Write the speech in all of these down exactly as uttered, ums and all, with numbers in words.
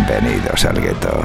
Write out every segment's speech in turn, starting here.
Bienvenidos al gueto.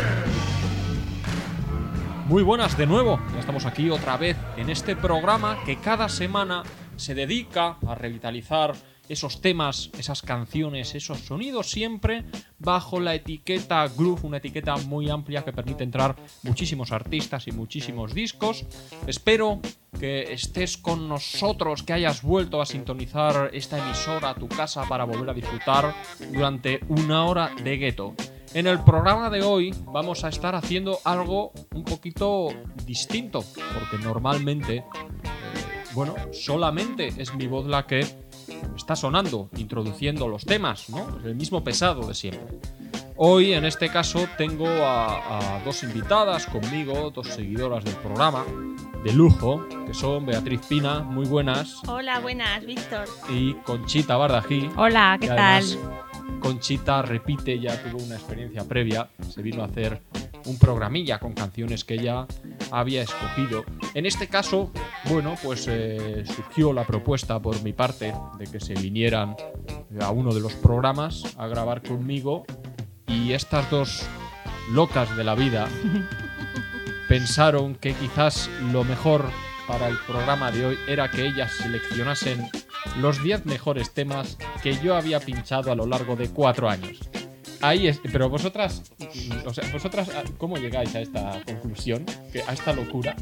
Muy buenas de nuevo, ya estamos aquí otra vez en este programa que cada semana se dedica a revitalizar esos temas, esas canciones, esos sonidos, siempre bajo la etiqueta Groove, una etiqueta muy amplia que permite entrar muchísimos artistas y muchísimos discos. Espero que estés con nosotros, que hayas vuelto a sintonizar esta emisora a tu casa para volver a disfrutar durante una hora de gueto. En el programa de hoy vamos a estar haciendo algo un poquito distinto, porque normalmente, eh, bueno, solamente es mi voz la que está sonando, introduciendo los temas, ¿no? El mismo pesado de siempre. Hoy, en este caso, tengo a, a dos invitadas conmigo, dos seguidoras del programa, de lujo, que son Beatriz Pina, muy buenas. Hola, buenas, Víctor. Y Conchita Bardají. Hola, ¿qué tal? Conchita repite, ya tuvo una experiencia previa, se vino a hacer un programilla con canciones que ella había escogido. En este caso, bueno, pues eh, surgió la propuesta por mi parte de que se vinieran a uno de los programas a grabar conmigo, y estas dos locas de la vida pensaron que quizás lo mejor para el programa de hoy era que ellas seleccionasen los diez mejores temas que yo había pinchado a lo largo de cuatro años. Ahí es, pero vosotras, o sea, vosotras, ¿cómo llegáis a esta conclusión? ¿A esta locura?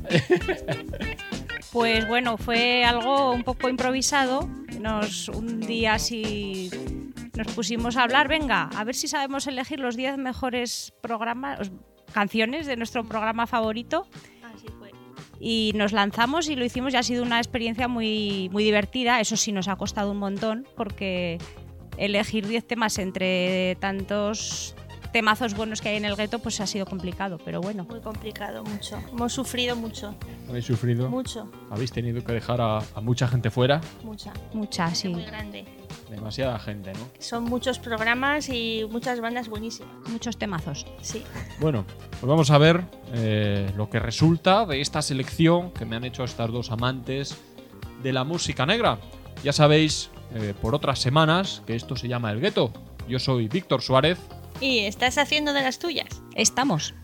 Pues bueno, fue algo un poco improvisado. Nos, un día así nos pusimos a hablar, venga, a ver si sabemos elegir los diez mejores programas, canciones de nuestro programa favorito. Así fue. Y nos lanzamos y lo hicimos, y ha sido una experiencia muy, muy divertida. Eso sí, nos ha costado un montón, porque elegir diez temas entre tantos temazos buenos que hay en el gueto pues ha sido complicado, pero bueno. Muy complicado, mucho. Hemos sufrido mucho. ¿Habéis sufrido? Mucho. ¿Habéis tenido que dejar a, a mucha gente fuera? Mucha. Mucha, sí. Muy grande. Demasiada gente, ¿no? Son muchos programas y muchas bandas buenísimas. Muchos temazos. Sí. Bueno, pues vamos a ver eh, lo que resulta de esta selección que me han hecho estas dos amantes de la música negra. Ya sabéis, eh, por otras semanas, que esto se llama El Gueto. Yo soy Víctor Suárez. ¿Y estás haciendo de las tuyas? Estamos.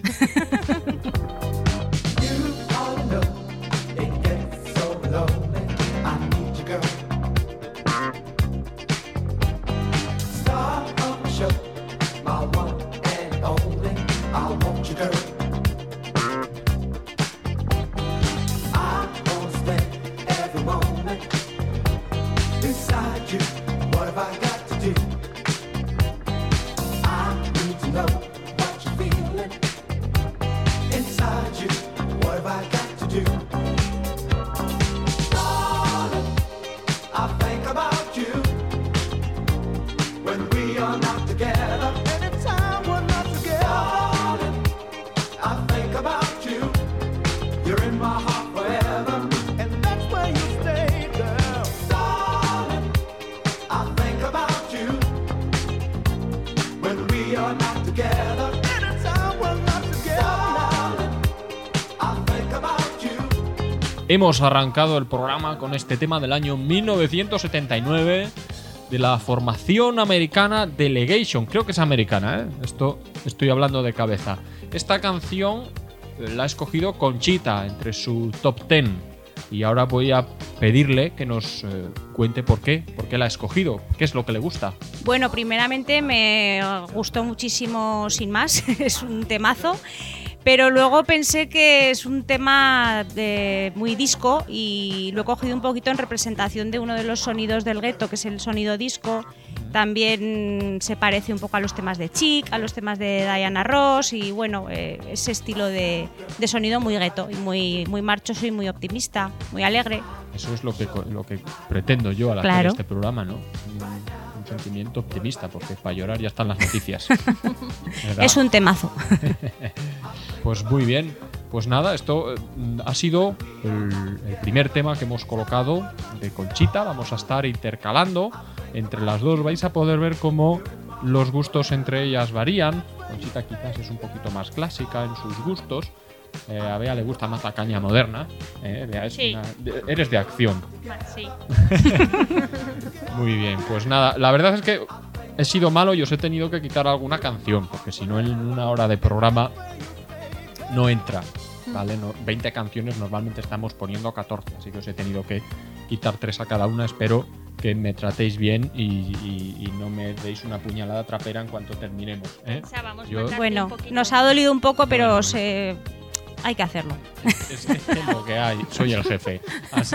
Hemos arrancado el programa con este tema del año mil novecientos setenta y nueve de la formación americana Delegation. Creo que es americana, ¿eh? Esto estoy hablando de cabeza. Esta canción la ha escogido Conchita entre su top diez. Y ahora voy a pedirle que nos eh, cuente por qué, por qué la ha escogido, qué es lo que le gusta. Bueno, primeramente me gustó muchísimo Sin Más, es un temazo. Pero luego pensé que es un tema de muy disco, y lo he cogido un poquito en representación de uno de los sonidos del gueto, que es el sonido disco. También se parece un poco a los temas de Chic, a los temas de Diana Ross, y bueno, eh, ese estilo de, de sonido muy gueto y muy, muy marchoso y muy optimista, muy alegre. Eso es lo que, lo que pretendo yo al hacer claro. este programa, ¿no? Un, un sentimiento optimista, porque para llorar ya están las noticias. Es un temazo. Pues muy bien, pues nada, esto eh, ha sido el, el primer tema que hemos colocado de Conchita. Vamos a estar intercalando entre las dos, vais a poder ver cómo los gustos entre ellas varían. Conchita quizás es un poquito más clásica en sus gustos, eh, a Bea le gusta más la caña moderna, eh, Bea es sí. una, de, eres de acción. Sí. Muy bien, pues nada, la verdad es que he sido malo y os he tenido que quitar alguna canción, porque si no en una hora de programa no entra, ¿vale? No, veinte canciones, normalmente estamos poniendo catorce, así que os he tenido que quitar tres a cada una. Espero que me tratéis bien y, y, y no me deis una puñalada trapera en cuanto terminemos, ¿eh? Pensábamos Yo- matarte Bueno, un poquito. nos ha dolido un poco, pero Bueno. se... hay que hacerlo. Es, es lo que hay, soy el jefe. Así.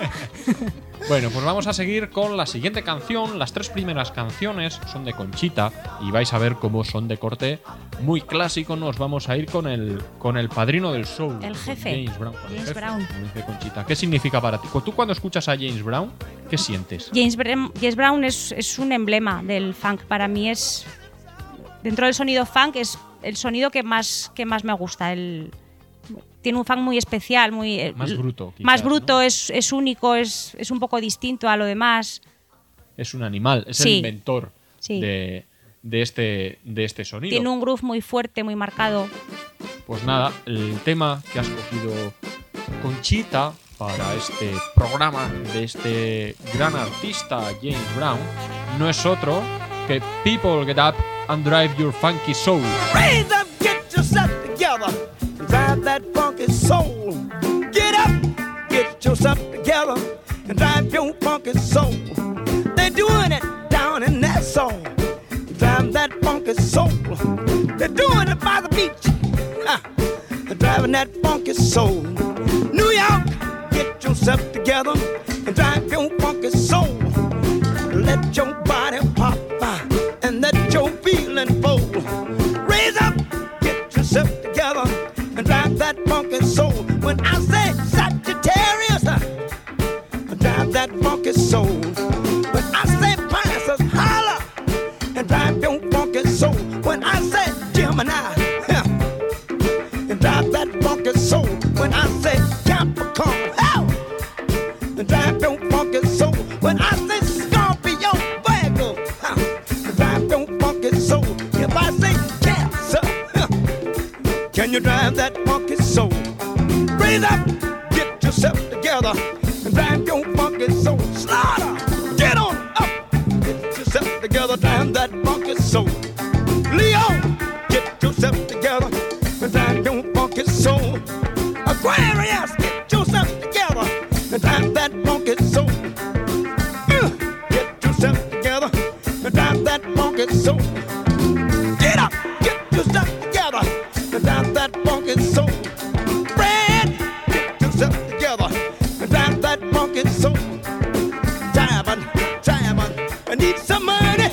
Bueno, pues vamos a seguir con la siguiente canción. Las tres primeras canciones son de Conchita y vais a ver cómo son de corte muy clásico. Nos vamos a ir con el, con el padrino del soul. El con jefe. James Brown. con el James jefe, Brown. como dice Conchita. ¿Qué significa para ti? Tú cuando escuchas a James Brown, ¿qué sientes? James, Bram- James Brown es, es un emblema del funk. Para mí es... Dentro del sonido funk es el sonido que más, que más me gusta. El, tiene un funk muy especial, muy... eh, Más bruto. Quizás, más bruto, ¿no? es, es único, es, es un poco distinto a lo demás. Es un animal, es el Sí. inventor Sí. de, de, este, de este sonido. Tiene un groove muy fuerte, muy marcado. Pues nada, el tema que has cogido Conchita para este programa de este gran artista James Brown no es otro que People Get Up and Drive Your Funky Soul. Raise up, get yourself together, and drive that funky soul. Get up, get yourself together, and drive your funky soul. They're doing it down in that song. Drive that funky soul. They're doing it by the beach. Ha. They're driving that funky soul. New York, get yourself together, and drive your funky soul. Let your body pop by, and let your feeling flow. Raise up, get yourself together, and drive that funky soul. When I say Sagittarius, uh, drive that funky soul. When I say Pisces, holla, and drive your funky soul. When I say Gemini, huh, and drive that funky soul. When I say Capricorn, hell, and drive your funky soul. When I say Scorpio, Virgo, huh, and drive your funky soul. If I say Cancer, huh, can you drive that funky soul? Raise up, get yourself together, and drive your funky soul. Slaughter, get on up, get yourself together, drive that funky soul. Leo, get yourself together, and drive your funky soul. Aquarius, get yourself together, and drive that funky soul. Uh, Get yourself together, and drive that funky soul. Get up, get yourself together, and drive that funky soul. Fred, get yourself together, and drive that funky soul. Diamond, diamond, I need some money.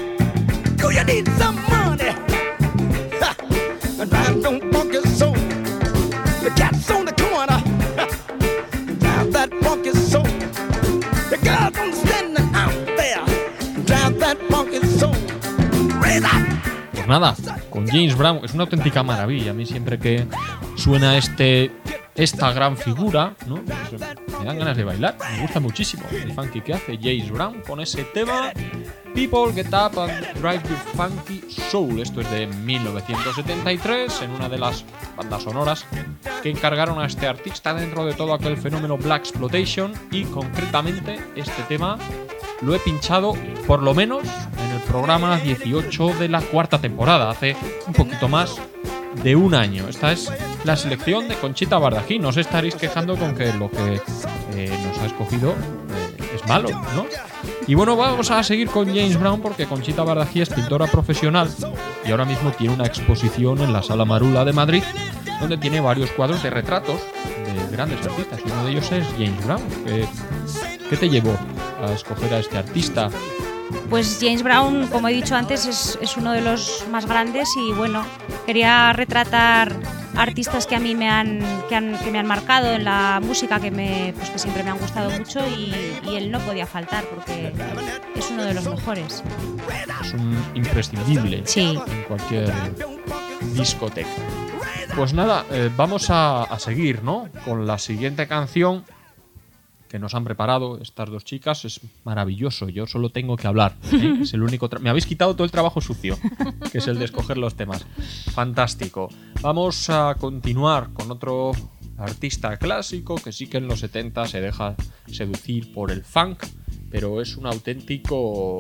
Do you need some money? Ha, and drive your funky soul. The cat's on the corner, ha, and drive that funky soul. The girls on standing out there, drive that funky soul. Raise up. Pues nada, con James Brown es una auténtica maravilla. A mí siempre que suena este esta gran figura, ¿no? Pues me dan ganas de bailar. Me gusta muchísimo el funky que hace James Brown con ese tema People Get Up and Drive Your Funky Soul. Esto es de mil novecientos setenta y tres, en una de las bandas sonoras que encargaron a este artista dentro de todo aquel fenómeno Black Exploitation, y concretamente este tema lo he pinchado por lo menos en el programa dieciocho de la cuarta temporada, hace un poquito más de un año. Esta es la selección de Conchita Bardají. No os estaréis quejando con que lo que eh, nos ha escogido eh, es malo, ¿no? Y bueno, vamos a seguir con James Brown porque Conchita Bardají es pintora profesional y ahora mismo tiene una exposición en la Sala Marula de Madrid donde tiene varios cuadros de retratos de grandes artistas, y uno de ellos es James Brown. ¿Qué, qué te llevó a escoger a este artista? Pues James Brown, como he dicho antes, es, es uno de los más grandes y bueno, quería retratar artistas que a mí me han, que han, que me han marcado en la música, que, me, pues que siempre me han gustado mucho, y, y él no podía faltar porque es uno de los mejores. Es un imprescindible Sí. en cualquier discoteca. Pues nada, eh, vamos a, a seguir, ¿no? Con la siguiente canción que nos han preparado estas dos chicas. Es maravilloso, yo solo tengo que hablar, ¿eh? Es el único tra- me habéis quitado todo el trabajo sucio, que es el de escoger los temas. Fantástico. Vamos a continuar con otro artista clásico que sí que en los setenta se deja seducir por el funk, pero es un auténtico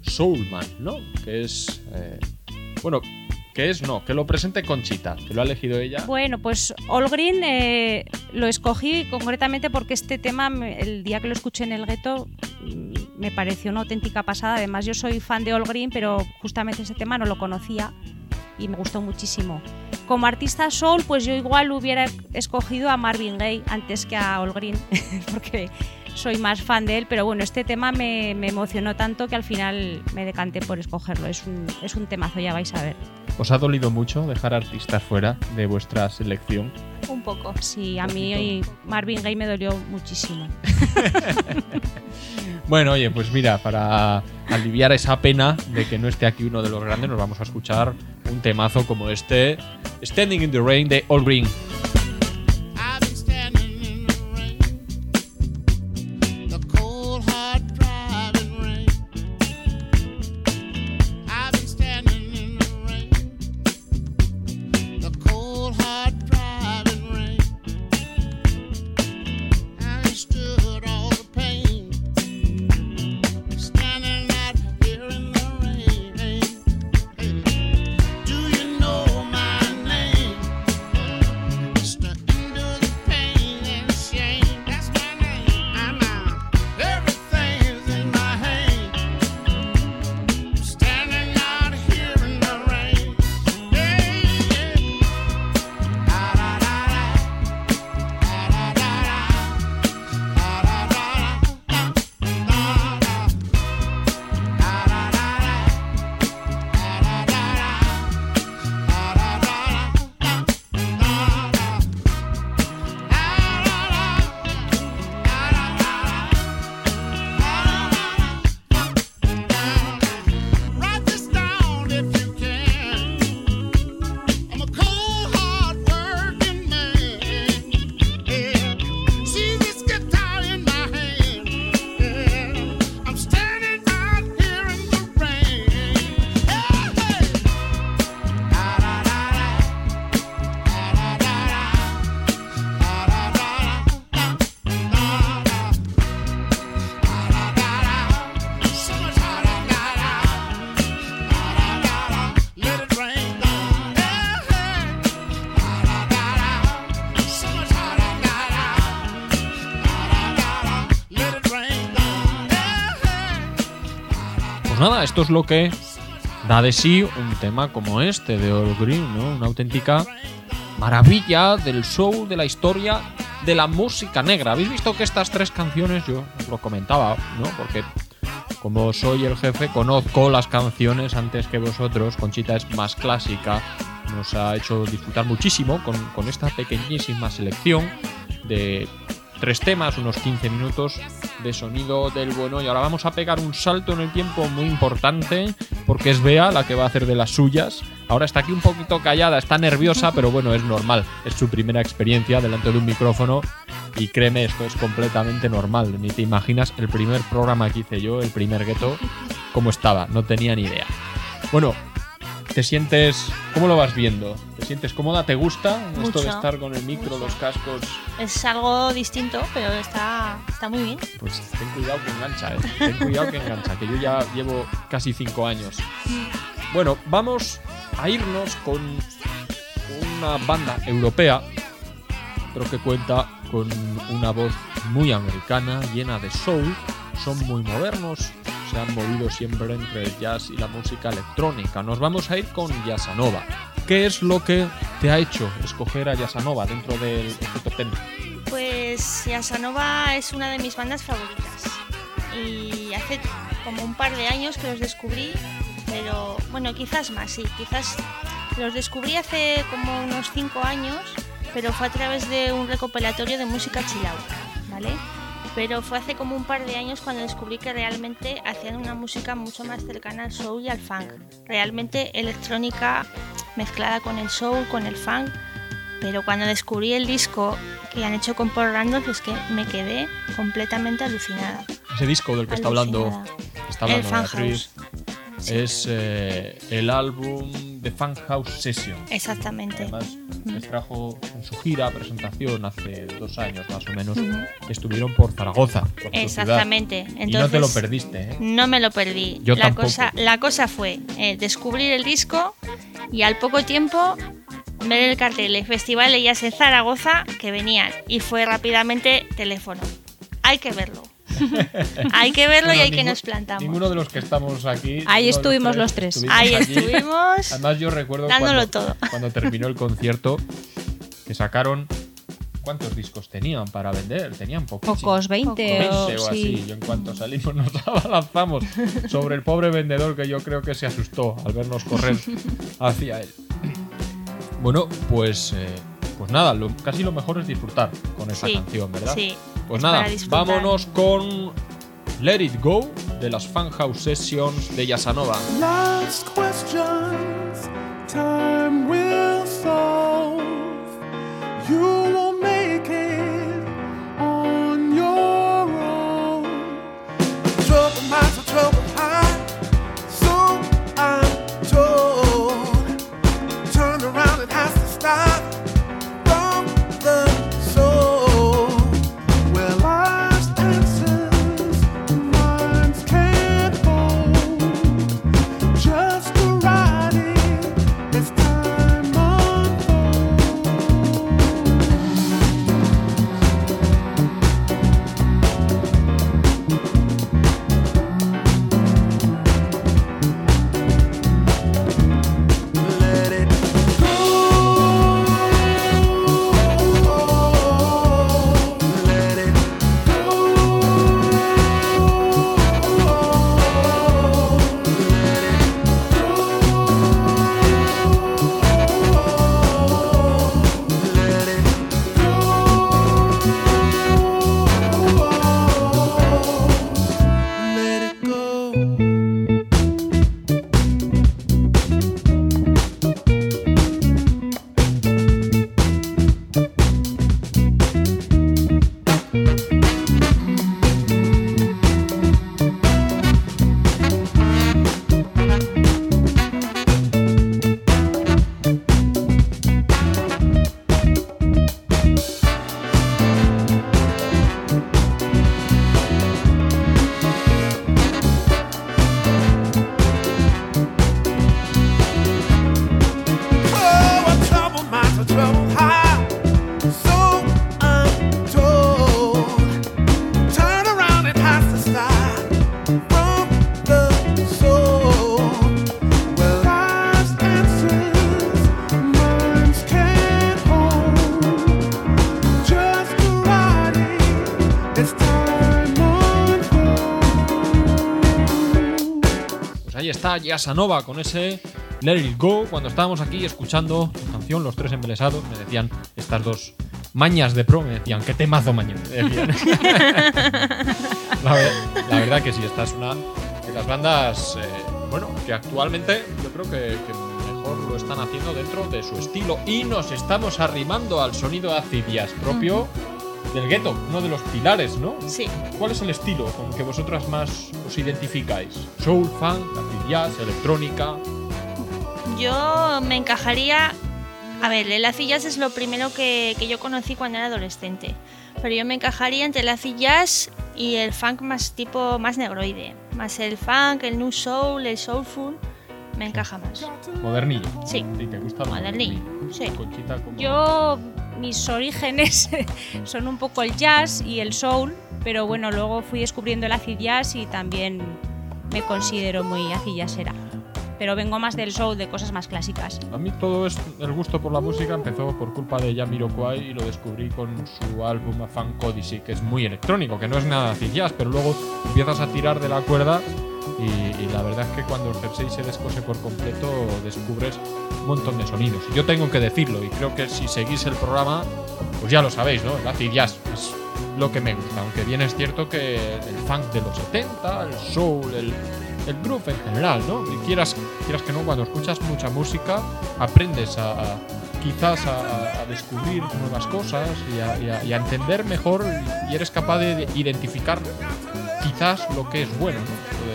Soulman, ¿no? Que es... Eh, bueno, que es no, que lo presente Conchita, que lo ha elegido ella. Bueno, pues All Green eh, lo escogí concretamente porque este tema, el día que lo escuché en el gueto, me pareció una auténtica pasada. Además, yo soy fan de All Green, pero justamente este tema no lo conocía y me gustó muchísimo. Como artista soul, pues yo igual hubiera escogido a Marvin Gaye antes que a All Green, porque soy más fan de él, pero bueno, este tema me, me emocionó tanto que al final me decanté por escogerlo. Es un, es un temazo, ya vais a ver. ¿Os ha dolido mucho dejar artistas fuera de vuestra selección? Un poco. Sí, a mí Marvin Gaye me dolió muchísimo. Bueno, oye, pues mira, para aliviar esa pena de que no esté aquí uno de los grandes, nos vamos a escuchar un temazo como este, Standing in the Rain de All Green. Nada, esto es lo que da de sí un tema como este de All Green, ¿no? Una auténtica maravilla del soul, de la historia, de la música negra. Habéis visto que estas tres canciones, yo os lo comentaba, ¿no? Porque como soy el jefe, conozco las canciones antes que vosotros. Conchita es más clásica, nos ha hecho disfrutar muchísimo con, con esta pequeñísima selección de tres temas, unos quince minutos de sonido del bueno. Y ahora vamos a pegar un salto en el tiempo muy importante, porque es Bea la que va a hacer de las suyas. Ahora está aquí un poquito callada, está nerviosa, pero bueno, es normal. Es su primera experiencia delante de un micrófono y créeme, esto es completamente normal. Ni te imaginas el primer programa que hice yo, el primer gueto, cómo estaba, no tenía ni idea. Bueno, ¿te sientes... ¿Cómo lo vas viendo? ¿Te sientes cómoda? ¿Te gusta Mucho, esto de estar con el micro, mucho. los cascos? Es algo distinto, pero está, está muy bien. Pues ten cuidado que engancha, ¿eh? Ten cuidado que engancha, que yo ya llevo casi cinco años. Bueno, vamos a irnos con una banda europea, pero que cuenta con una voz muy americana, llena de soul. Son muy modernos, se han movido siempre entre el jazz y la música electrónica. Nos vamos a ir con Yasanova. ¿Qué es lo que te ha hecho escoger a Yasanova dentro del este top ten? Pues Yasanova es una de mis bandas favoritas y hace como un par de años que los descubrí, pero bueno, quizás más, sí, quizás los descubrí hace como unos cinco años, pero fue a través de un recopilatorio de música chill out, ¿vale? Pero fue hace como un par de años cuando descubrí que realmente hacían una música mucho más cercana al soul y al funk. Realmente electrónica mezclada con el soul, con el funk. Pero cuando descubrí el disco que han hecho con Paul Randolph, es que me quedé completamente alucinada. Ese disco del que está hablando, está hablando el Beatriz. Funhouse. Sí. Es eh, el álbum de Funhouse Session. Exactamente. Además, les trajo en su gira, presentación, hace dos años más o menos. Uh-huh. Estuvieron por Zaragoza. Por Exactamente. Entonces, y no te lo perdiste, ¿eh? No me lo perdí. Yo la tampoco. Cosa, la cosa fue eh, descubrir el disco y al poco tiempo ver el cartel del Festival de Jazz en Zaragoza que venían. Y fue rápidamente teléfono. Hay que verlo. Hay que verlo bueno, y hay ningún, que nos plantamos. Ninguno de los que estamos aquí. Ahí estuvimos los tres. Estuvimos Ahí allí. estuvimos. Además, yo recuerdo dándolo cuando, todo. cuando terminó el concierto que sacaron. ¿Cuántos discos tenían para vender? Tenían pocos. Pocos, veinte, veinte o, o así. Sí. Y en cuanto salimos nos abalanzamos sobre el pobre vendedor que yo creo que se asustó al vernos correr hacia él. Bueno, pues. Eh, Pues nada, lo, casi lo mejor es disfrutar con esa sí, canción, ¿verdad? Sí. Pues nada, vámonos con Let It Go de las Funhouse Sessions de Yasanova. Last questions, time will solve. You will make it on your own. Trouble minds are trouble high, so I'm told. Turn around, it has to stop. Yasanova con ese Let It Go. Cuando estábamos aquí escuchando su canción, los tres embelesados, me decían estas dos mañas de pro, me decían, ¿qué temazo mañana? Me decían. la, la verdad que sí, esta es una de las bandas, eh, bueno, que actualmente yo creo que, que mejor lo están haciendo dentro de su estilo. Y nos estamos arrimando al sonido acid jazz propio uh-huh. del gueto, uno de los pilares, ¿no? Sí. ¿Cuál es el estilo con que vosotras más os identificáis? Soul, funk, acid jazz, electrónica. Yo me encajaría. A ver, el acid jazz es lo primero que, que yo conocí cuando era adolescente. Pero yo me encajaría entre el acid jazz y el funk más tipo más negroide. Más el funk, el new soul, el soulful. Me encaja más. Modernillo. Sí. ¿Y te gusta modernillo? Sí. Conchita, ¿cómo? Yo, mis orígenes son un poco el jazz y el soul, pero bueno, luego fui descubriendo el acid jazz y también me considero muy acid jazzera. Pero vengo más del soul, de cosas más clásicas. A mí todo es el gusto por la música empezó por culpa de Jamiroquai y lo descubrí con su álbum A Funk Odyssey, que es muy electrónico, que no es nada acid jazz, pero luego empiezas a tirar de la cuerda y, y la verdad es que cuando el jersey se descose por completo descubres un montón de sonidos. Y yo tengo que decirlo, y creo que si seguís el programa, pues ya lo sabéis, ¿no? El acid jazz es lo que me gusta, aunque bien es cierto que el funk de los setenta, el soul, el... el groove en general, ¿no? Y quieras, quieras que no, cuando escuchas mucha música aprendes a, a quizás a, a descubrir nuevas cosas y a, y, a, y a entender mejor y eres capaz de identificar quizás lo que es bueno, ¿no? De decirlo.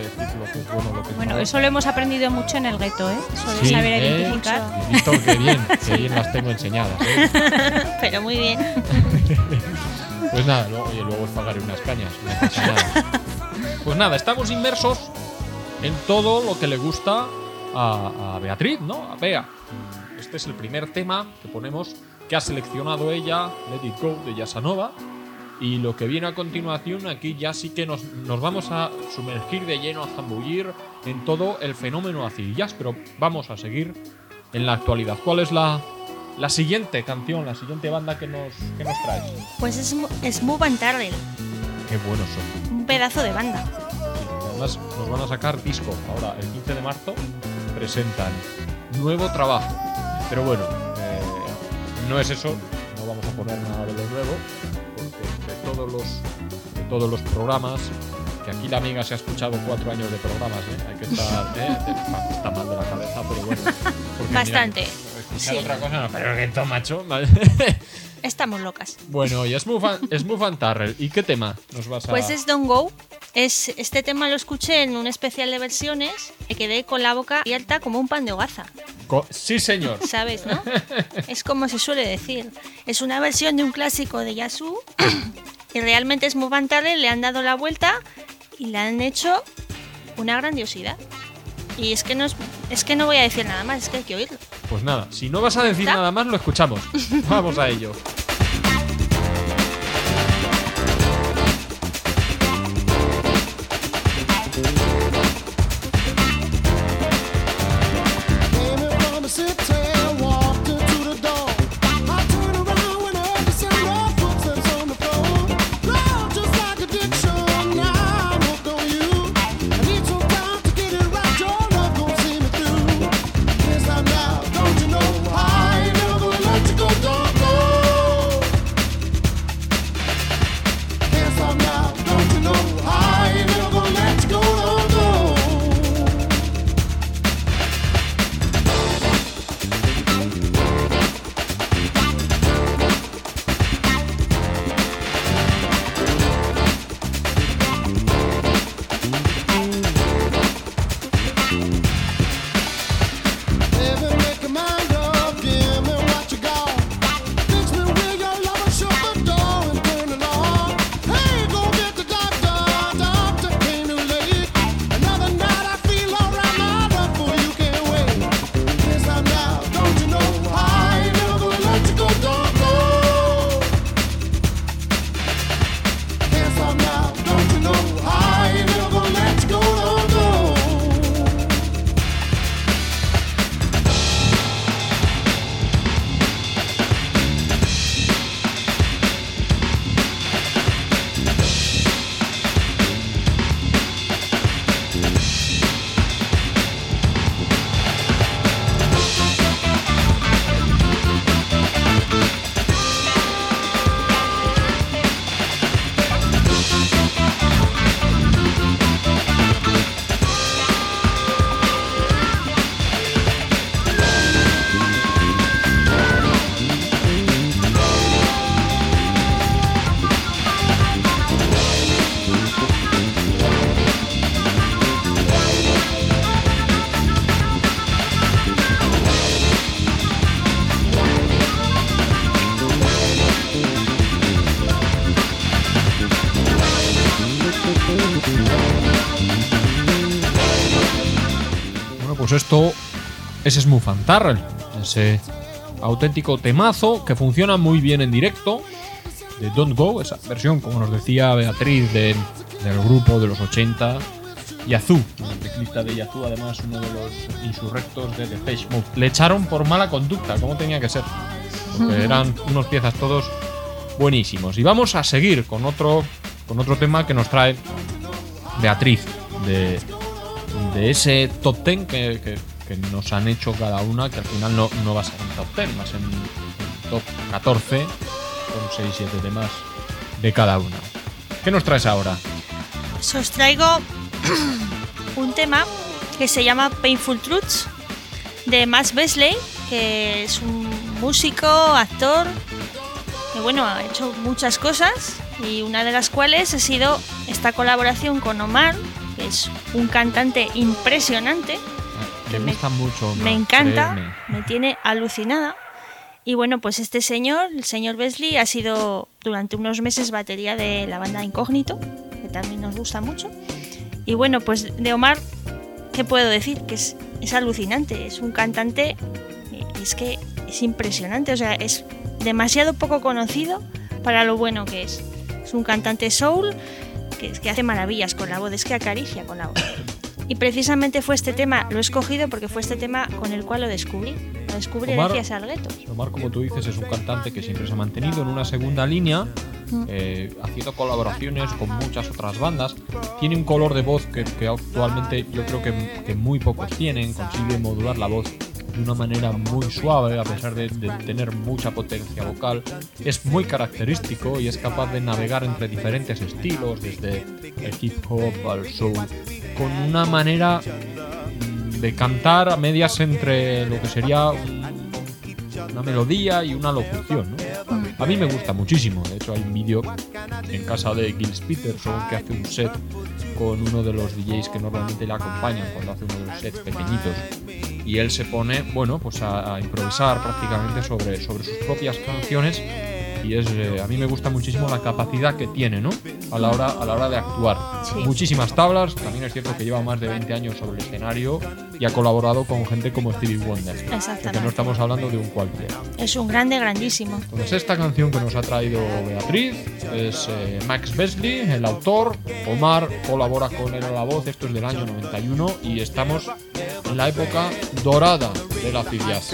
pues bueno, lo que Bueno, sabe. eso lo hemos aprendido mucho en el gueto, ¿eh? Eso de Sí, saber ¿eh? identificar. Y visto que bien, que bien las tengo enseñadas, ¿eh? Pero muy bien. Pues nada, luego, oye, luego os pagaré unas cañas, no pasa nada. Pues nada, estamos inmersos en todo lo que le gusta a, a Beatriz, ¿no? A Bea. Este es el primer tema que ponemos, que ha seleccionado ella, Let It Go, de Yasanova. Y lo que viene a continuación, aquí ya sí que nos, nos vamos a sumergir de lleno, a zambullir en todo el fenómeno acid jazz, pero vamos a seguir en la actualidad. ¿Cuál es la, la siguiente canción, la siguiente banda que nos, que nos traes? Pues es Mo- Smooth and Turtle, Qué buenos son. un pedazo de banda. Además, nos van a sacar disco. Ahora, el quince de marzo, presentan nuevo trabajo. Pero bueno, eh, no es eso. No vamos a poner nada de lo nuevo. Porque de todos los, de todos los programas, que aquí la amiga se ha escuchado cuatro años de programas, ¿eh? Hay que estar, ¿eh? Está mal de la cabeza, pero bueno. Porque, Bastante, Mira, escuchar sí. otra cosa, no, pero que esto, macho. Estamos locas. Bueno, y Smooth and, Smooth and Turtle. ¿Y qué tema nos vas a...? Pues es Don't Go. Es, este tema lo escuché en un especial de versiones y quedé con la boca abierta como un pan de hogaza. Co- sí, señor. ¿Sabes, no? Es como se suele decir. Es una versión de un clásico de Yazoo y realmente Smooth and Turtle le han dado la vuelta y le han hecho una grandiosidad. Y es que no, es, es que no voy a decir nada más, es que hay que oírlo. Pues nada, si no vas a decir ¿Está? nada más, lo escuchamos. Vamos a ello. Came in from the city, walked into the door. I turned around when I heard the sound of footsteps on the floor. Love just like addiction, now I'm hooked on you. I need some time to get it right, your love gon' see me through. Can't stop now, don't you know? I ain't never gonna let you go, don't go. Can't stop now, don't you know? I ain't never gonna let you go, don't go. Baby, make your mind up, give me what you got. Fix me with your love and shut the door and turn it on. Hey, go get the doctor, doctor came too late. Another night I feel alright, my love for you can't wait. Can't stop now, don't you know? I ain't never gonna let you go, don't go. Can't stop now, don't you know? I ain't never gonna let you go, don't go. Bueno, pues esto es Smooth and Turtle, ese auténtico temazo que funciona muy bien en directo de Don't Go, esa versión, como nos decía Beatriz, de- del grupo de los ochenta. Yazoo, el teclista de Yazoo, además uno de los insurrectos de Depeche Mode. Le echaron por mala conducta, como tenía que ser, porque eran unos piezas todos buenísimos. Y vamos a seguir con otro, con otro tema que nos trae Beatriz, de, de ese top ten que, que- que nos han hecho cada una, que al final no, no va a ser un top ten, va a ser un top catorce, con seis siete temas de cada una. ¿Qué nos traes ahora? Pues os traigo un tema que se llama Painful Truths de Max Beasley, que es un músico, actor, que bueno, ha hecho muchas cosas y una de las cuales ha sido esta colaboración con Omar, que es un cantante impresionante. Me me- gusta mucho. Me Mark, encanta, créeme. me tiene alucinada. Y bueno, pues este señor, el señor Besley, ha sido durante unos meses batería de la banda Incógnito, que también nos gusta mucho. Y bueno, pues de Omar, ¿qué puedo decir? Que es, es alucinante, es un cantante, eh, es que es impresionante, o sea, es demasiado poco conocido para lo bueno que es. Es un cantante soul que, que hace maravillas con la voz, es que acaricia con la voz. Y precisamente fue este tema, lo he escogido porque fue este tema con el cual lo descubrí. Lo descubrí Omar- gracias al gueto. Omar, como tú dices, es un cantante que siempre se ha mantenido en una segunda línea, eh, haciendo colaboraciones con muchas otras bandas. Tiene un color de voz que, que actualmente yo creo que, que muy pocos tienen. Consigue modular la voz de una manera muy suave, a pesar de, de tener mucha potencia vocal. Es muy característico y es capaz de navegar entre diferentes estilos, desde el hip hop al soul, con una manera mm, de cantar a medias entre lo que sería un- una melodía y una locución, ¿no? A mí me gusta muchísimo. De hecho, hay un vídeo en casa de Gils Peterson que hace un set con uno de los D Js que normalmente le acompañan cuando hace uno de los sets pequeñitos. Y él se pone, bueno, pues a, a improvisar prácticamente sobre, sobre sus propias canciones. Y es, eh, a mí me gusta muchísimo la capacidad que tiene, ¿no? A la hora, a la hora de actuar. Sí. Muchísimas tablas. También es cierto que lleva más de veinte años sobre el escenario y ha colaborado con gente como Stevie Wonder. Exactamente. Porque no estamos hablando de un cualquiera. Es un grande, grandísimo. Entonces esta canción que nos ha traído Beatriz es eh, Max Besley, el autor. Omar colabora con él a la voz. Esto es del año noventa y uno y estamos en la época dorada de la acid jazz.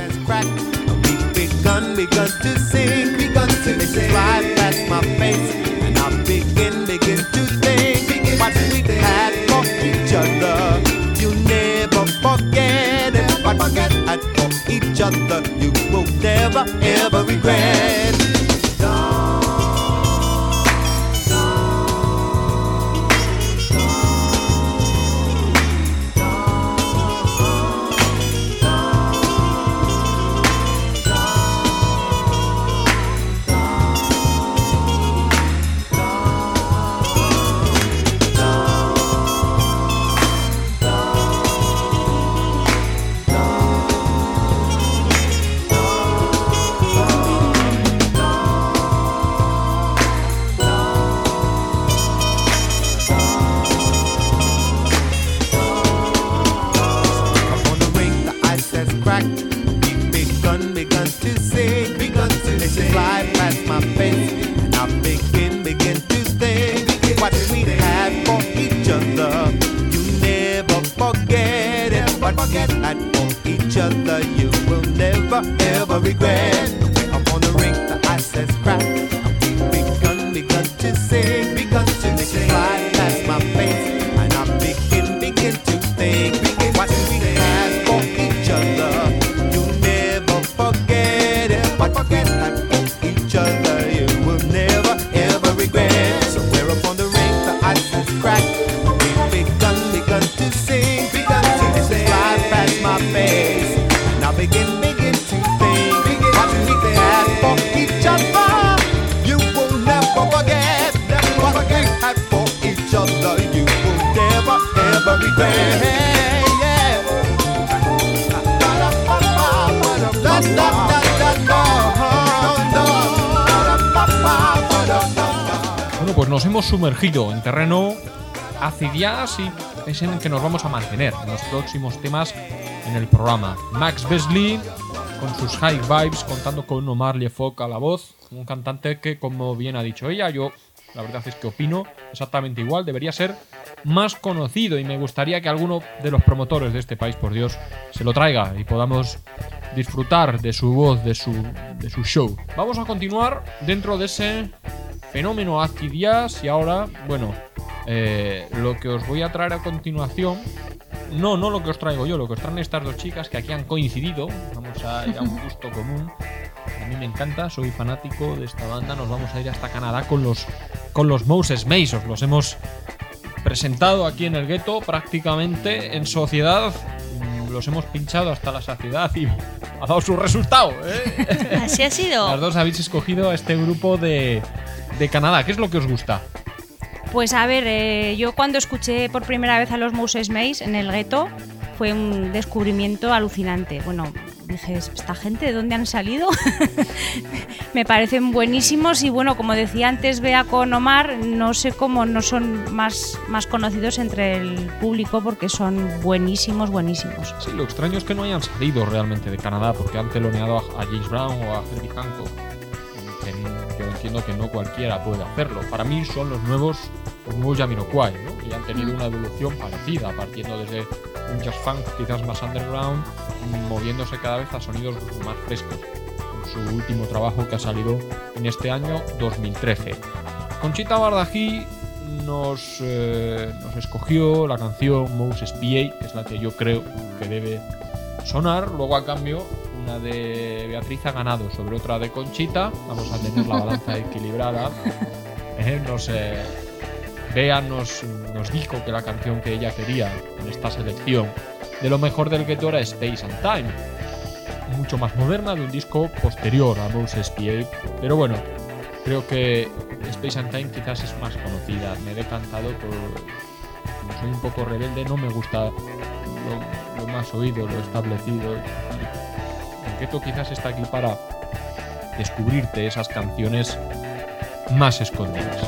Begun, begun to sing, begun to make it slide past my face, and I begin, begin to think what we had for each other. You never forget it, what we had for each other. You will never ever regret. Upon the ring, the ice has cracked. We've begun, begun to sing, begun to make it slide past my face, and I begin, begin to think what we had for each other. You never forget it, what we had for each other. You will never ever regret. Upon the ring, the ice has cracked. We've begun, begun to sing, begun to make it slide past my face, and I begin, begin to think what we had for each other. You never forget it, but forget that for each other. You will never ever regret. So we're upon the ring, the ice has cracked. We've begun, begun to sing, begun to make it slide past my face, and I begin, begin to think what we had for each other. You will never forget what we had for each other. You will never ever regret. Yeah. Bueno, pues nos hemos sumergido en terreno acid jazz y es en el que nos vamos a mantener en los próximos temas en el programa. Max Besley con sus high vibes, contando con Omar Lefok a la voz, un cantante que, como bien ha dicho ella, yo la verdad es que opino exactamente igual, debería ser más conocido y me gustaría que alguno de los promotores de este país, por Dios, se lo traiga y podamos disfrutar de su voz, de su, de su show. Vamos a continuar dentro de ese fenómeno acid jazz y ahora, bueno, eh, lo que os voy a traer a continuación, no, no lo que os traigo yo, lo que os traen estas dos chicas que aquí han coincidido, vamos a ir a un gusto común. A mí me encanta, soy fanático de esta banda. Nos vamos a ir hasta Canadá con los, con los Moses Mace. Os los hemos presentado aquí en el gueto prácticamente en sociedad. Los hemos pinchado hasta la saciedad y ha dado su resultado, ¿eh? Así ha sido. Las dos habéis escogido a este grupo de, de Canadá. ¿Qué es lo que os gusta? Pues a ver, eh, yo cuando escuché por primera vez a los Moses Mays en el gueto fue un descubrimiento alucinante. Bueno, dije, ¿esta gente de dónde han salido? Me parecen buenísimos y bueno, como decía antes Bea con Omar, no sé cómo no son más, más conocidos entre el público porque son buenísimos, buenísimos. Sí, lo extraño es que no hayan salido realmente de Canadá porque han teloneado a, a James Brown o a Herbie Hancock. Que yo entiendo que no cualquiera puede hacerlo. Para mí son los nuevos, los nuevos Jamiroquai, ¿no? Y han tenido una evolución parecida, partiendo desde un jazz funk quizás más underground, moviéndose cada vez a sonidos más frescos, con su último trabajo que ha salido en este año dos mil trece. Conchita Bardají nos, eh, nos escogió la canción Moses P A, que es la que yo creo que debe sonar. Luego, a cambio, una de Beatriz ha ganado sobre otra de Conchita. Vamos a tener la balanza equilibrada. Eh, no sé. Bea nos, nos dijo que la canción que ella quería en esta selección de lo mejor del gueto era Space and Time, mucho más moderna, de un disco posterior a Moses P A, pero bueno, creo que Space and Time quizás es más conocida. Me he decantado por... Como soy un poco rebelde, no me gusta lo, lo más oído, lo establecido. El gueto quizás está aquí para descubrirte esas canciones más escondidas.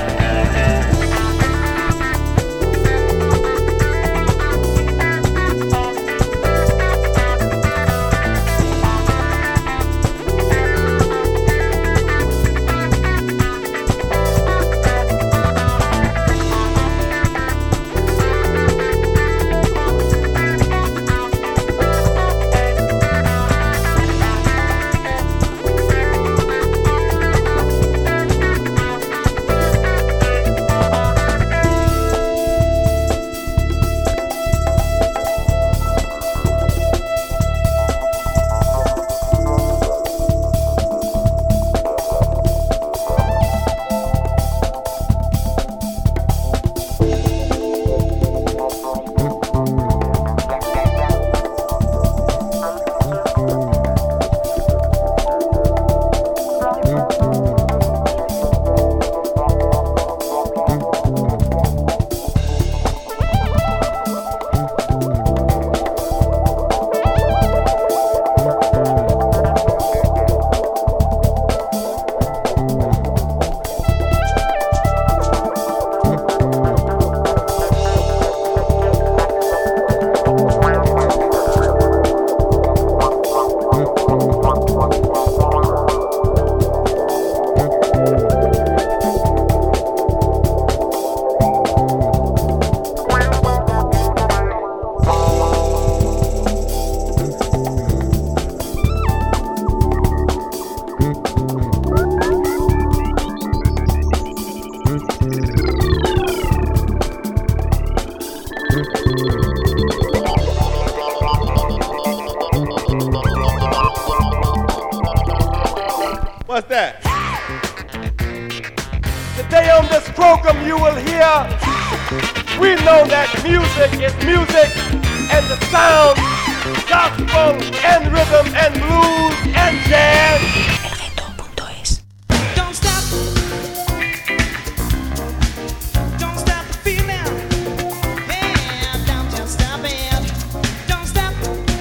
What's that? Today on this program you will hear, we know that music is music, and the sound, gospel, and rhythm, and blues, and jazz. Don't stop. Don't stop the feeling. Yeah, don't just stop it. Don't stop.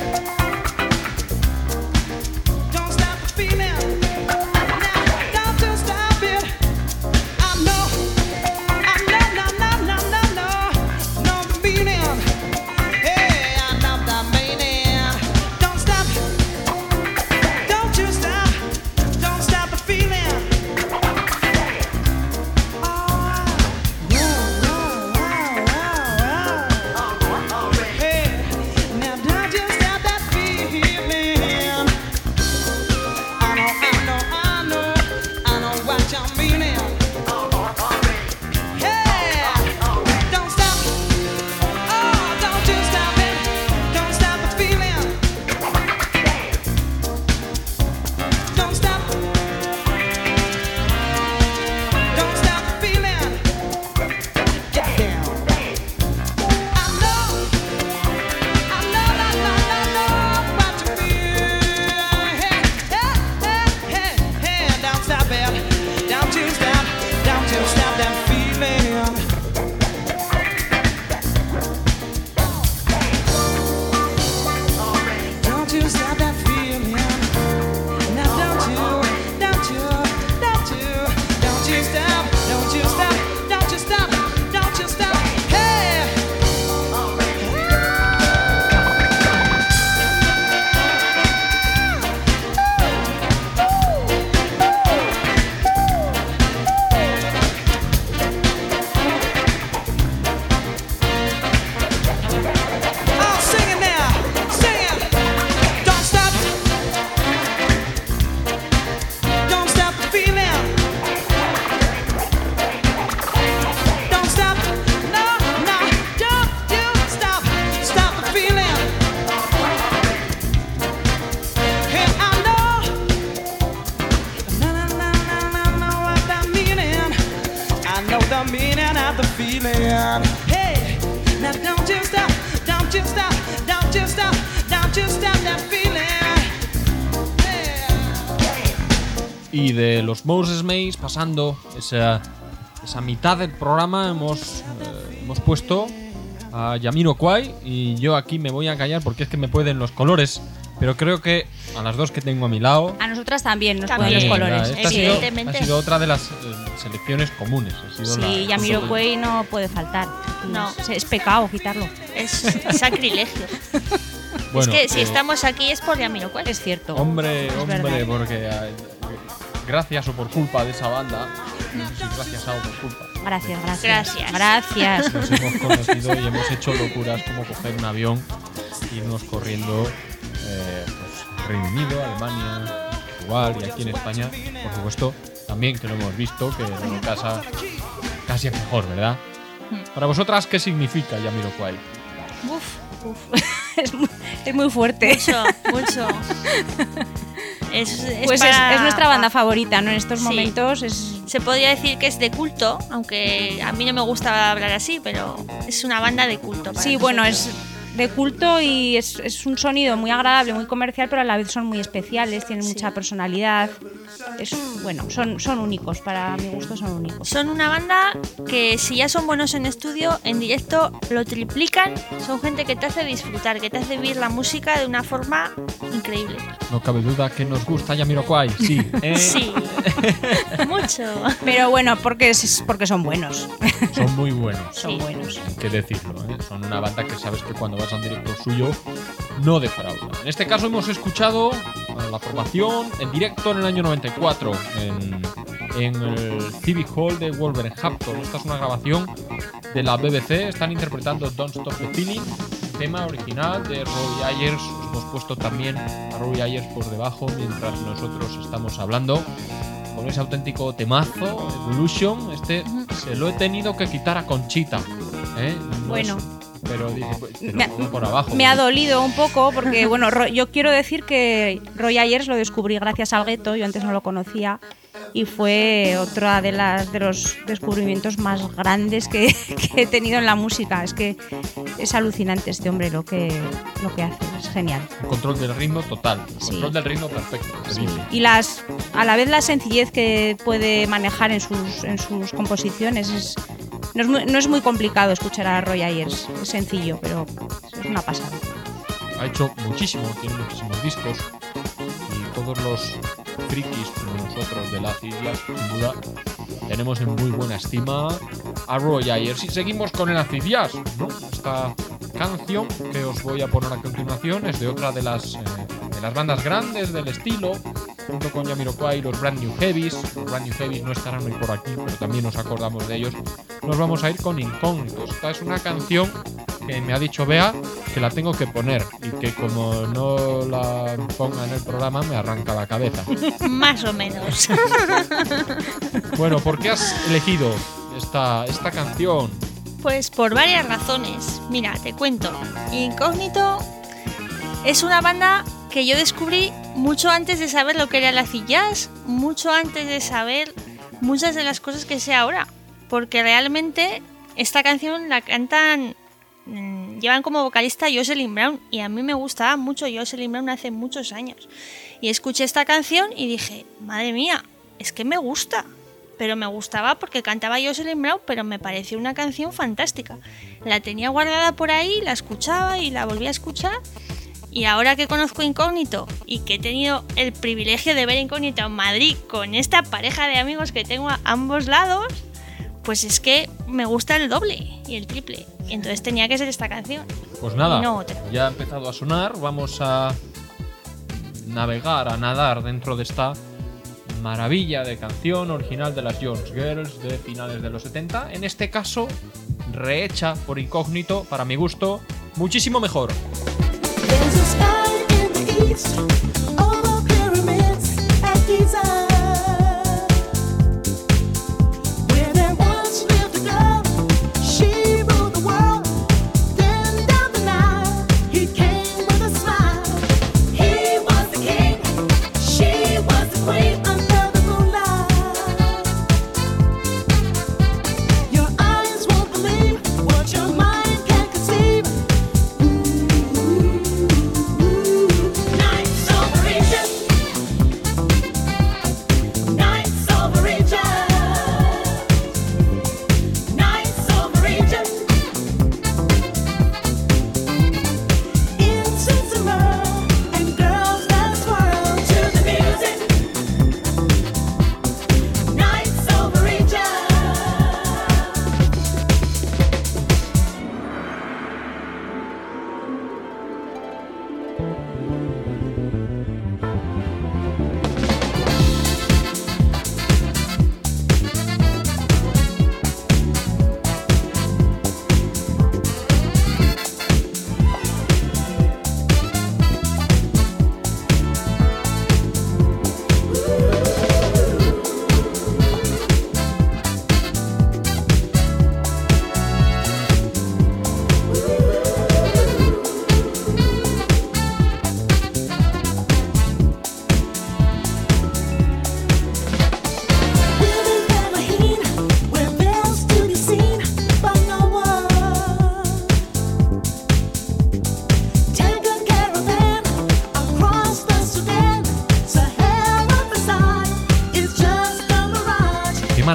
Don't stop the feeling. Now, don't just stop it. I know. I know, no, no, no, no, no. No meaning. Yeah, I know the meaning. Don't stop. Don't you stop. the meaning of the feeling. Hey, now don't you stop, don't you stop, don't you stop, don't you stop that feeling. Y de los Moses Mays, pasando esa, esa mitad del programa, hemos, eh, hemos puesto a Jamiroquai. Y yo aquí me voy a callar porque es que me pueden los colores. Pero creo que a las dos que tengo a mi lado. A nosotras también nos También, ponen los colores. Esta ha sido, evidentemente. ha sido otra de las eh, selecciones comunes. Ha sido Sí, la, Jamiroquai no puede faltar. No. Es, es pecado quitarlo. Es sacrilegio. Bueno, es que si eh, estamos aquí es por Jamiroquai. Es cierto. Hombre, Es hombre, verdad. porque eh, gracias o por culpa de esa banda, no sé si gracias a o por culpa, Gracias, gracias. Gracias. Gracias. nos hemos conocido y hemos hecho locuras como coger un avión e irnos corriendo eh, pues, Reino Unido, Alemania, Portugal y aquí en España, por supuesto, también que lo hemos visto, que en casa casi es mejor, ¿verdad? Para vosotras, ¿qué significa Jamiroquai? Uf, Uf, es, muy, es muy fuerte. mucho, mucho. Es, es Pues es, para- es nuestra banda favorita, ¿no? En estos Sí. momentos es. Se podría decir que es de culto, aunque a mí no me gusta hablar así, pero es una banda de culto. para Sí, bueno, nosotros. es de culto y es, es un sonido muy agradable, muy comercial, pero a la vez son muy especiales, tienen Sí. mucha personalidad. Es, bueno, son, son únicos, para mi gusto son únicos. Son una banda que si ya son buenos en estudio, en directo lo triplican. Son gente que te hace disfrutar, que te hace vivir la música de una forma increíble. No cabe duda que nos gusta Jamiroquai, sí. ¿eh? Sí, mucho. Pero bueno, porque, es, porque son buenos. Son muy buenos. Son Sí. buenos. Hay que decirlo, ¿eh? Son una banda que sabes que cuando vas a un directo suyo no defrauda. En este caso hemos escuchado a la formación en directo en el año noventa y cuatro en, en el Civic Hall de Wolverhampton. Esta es una grabación de la B B C. Están interpretando Don't Stop the Feeling, tema original de Roy Ayers. Os hemos puesto también a Roy Ayers por debajo mientras nosotros estamos hablando. Con ese auténtico temazo, Evolution. Este se lo he tenido que quitar a Conchita, ¿eh? No Bueno. es- pero dice, pues, te lo Me ha- pongo por abajo. Me ha dolido un poco porque, bueno, Ro- yo quiero decir que Roy Ayers lo descubrí gracias al Gueto, yo antes no lo conocía y fue otra de las de los descubrimientos más grandes que, que he tenido en la música. Es que es alucinante este hombre lo que, lo que hace, es genial. Un control del ritmo total. Sí. Control del ritmo perfecto. Sí. Divino. Y las a la vez la sencillez que puede manejar en sus, en sus composiciones es, no, es muy, no es muy complicado escuchar a Roy Ayers, es sencillo, pero es una pasada. Ha hecho muchísimo, tiene muchísimos discos. Y todos los frikis como nosotros de las islas, sin duda, tenemos en muy buena estima a Roy Ayers. Y seguimos con el acid jazz, ¿no? Esta canción que os voy a poner a continuación es de otra de las, eh, de las bandas grandes del estilo, junto con Jamiroquai, los Brand New Heavies. Los Brand New Heavies no estarán hoy por aquí, pero también nos acordamos de ellos. Nos vamos a ir con Incógnitos. Esta es una canción que me ha dicho Bea que la tengo que poner y que como no la ponga en el programa me arranca la cabeza. Más o menos. Bueno, ¿por qué has elegido esta, esta canción? Pues por varias razones. Mira, te cuento. Incógnito es una banda que yo descubrí mucho antes de saber lo que era el acid jazz, mucho antes de saber muchas de las cosas que sé ahora. Porque realmente esta canción la cantan, mmm, llevan como vocalista Jocelyn Brown y a mí me gustaba mucho Jocelyn Brown hace muchos años. Y escuché esta canción y dije, madre mía, es que me gusta. Pero me gustaba porque cantaba Jocelyn Brown, pero me pareció una canción fantástica. La tenía guardada por ahí, la escuchaba y la volví a escuchar. Y ahora que conozco Incógnito y que he tenido el privilegio de ver Incógnito en Madrid con esta pareja de amigos que tengo a ambos lados, pues es que me gusta el doble y el triple. Y entonces tenía que ser esta canción. Pues nada, Y no otra. ya ha empezado a sonar. Vamos a navegar, a nadar dentro de esta maravilla de canción original de las Jones Girls de finales de los setenta. En este caso, rehecha por Incógnito, para mi gusto, muchísimo mejor. There's a sky in the east, over pyramids at Giza, where there once lived a girl. She ruled the world. Then down the Nile, he came with a smile. He was the king, she was the queen under the moonlight.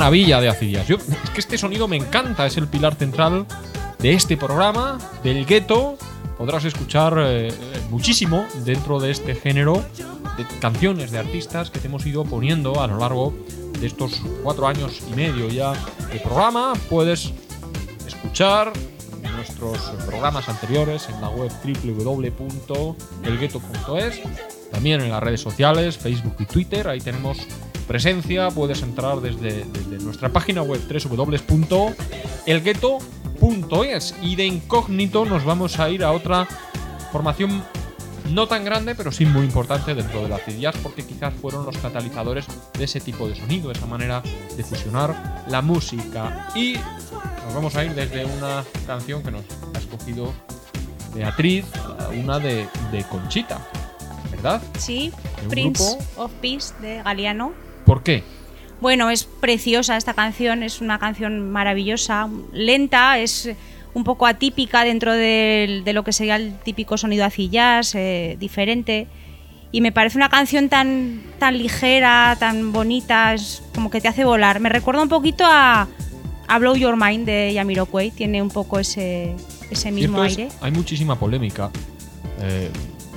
maravilla de acid jazz. Yo, es que este sonido me encanta, es el pilar central de este programa, del gueto. Podrás escuchar eh, muchísimo dentro de este género de canciones de artistas que te hemos ido poniendo a lo largo de estos cuatro años y medio ya de programa. Puedes escuchar nuestros programas anteriores en la web doble u doble u doble u punto el gueto punto es, también en las redes sociales, Facebook y Twitter. Ahí tenemos presencia. Puedes entrar desde, desde nuestra página web doble u doble u doble u punto el gueto punto es. Y de incógnito nos vamos a ir a otra formación no tan grande, pero sí muy importante dentro del acid jazz, porque quizás fueron los catalizadores de ese tipo de sonido, esa manera de fusionar la música. Y nos vamos a ir desde una canción que nos ha escogido Beatriz, a una de, de Conchita, ¿verdad? Sí, ¿De un Prince grupo? of Peace de Galiano. ¿Por qué? Bueno, es preciosa esta canción, es una canción maravillosa, lenta, es un poco atípica dentro de, de lo que sería el típico sonido acid jazz, eh, diferente. Y me parece una canción tan, tan ligera, tan bonita, es como que te hace volar. Me recuerda un poquito a, a Blow Your Mind de Jamiroquai, tiene un poco ese, ese mismo Cierto aire. es, hay muchísima polémica eh,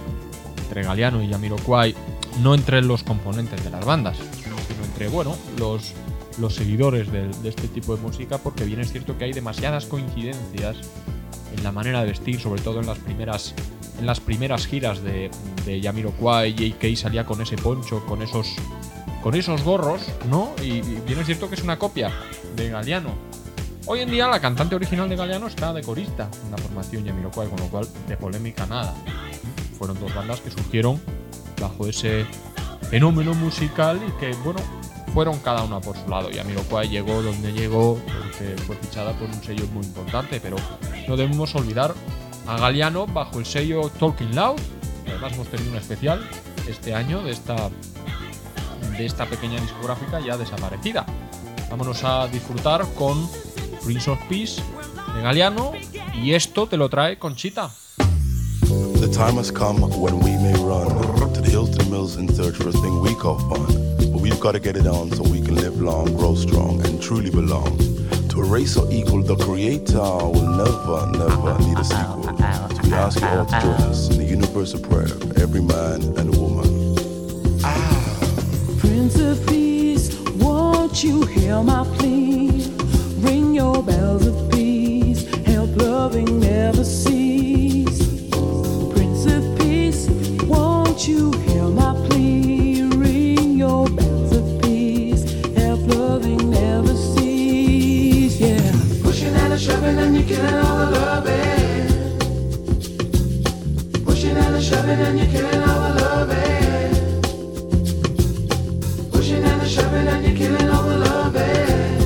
entre Galiano y Jamiroquai, no entre los componentes de las bandas, sino entre, bueno, los, los seguidores de, de este tipo de música, porque bien es cierto que hay demasiadas coincidencias en la manera de vestir, sobre todo en las primeras en las primeras giras de, de Jamiroquai. J K salía con ese poncho, con esos con esos gorros, ¿no? Y, y bien es cierto que es una copia de Galiano. Hoy en día la cantante original de Galiano está de corista en la formación Jamiroquai, con lo cual de polémica nada. Fueron dos bandas que surgieron bajo ese fenómeno musical y que, bueno, fueron cada una por su lado. Jamiroquai llegó donde llegó porque fue fichada por un sello muy importante, pero no debemos olvidar a Galiano bajo el sello Talking Loud. Además hemos tenido un especial este año de esta, de esta pequeña discográfica ya desaparecida. Vámonos a disfrutar con Prince of Peace de Galiano, y esto te lo trae Conchita. The time has come when we may run to the hills, to the mills in search for a thing we call fun. But we've got to get it on so we can live long, grow strong, and truly belong. To a race so equal, the creator will never, never need a sequel. So we ask you all to join us in the universal prayer of every man and woman. Prince of Peace, won't you hear my plea? Ring your bells of peace, help loving never cease. Prince of Peace, won't you hear my plea? Ring your bells of peace, help loving never cease. Yeah. Pushing and a shoving and you're killing all the loving. Pushing and a shoving and you're killing all the loving. Pushing and a shoving and you're killing all the loving.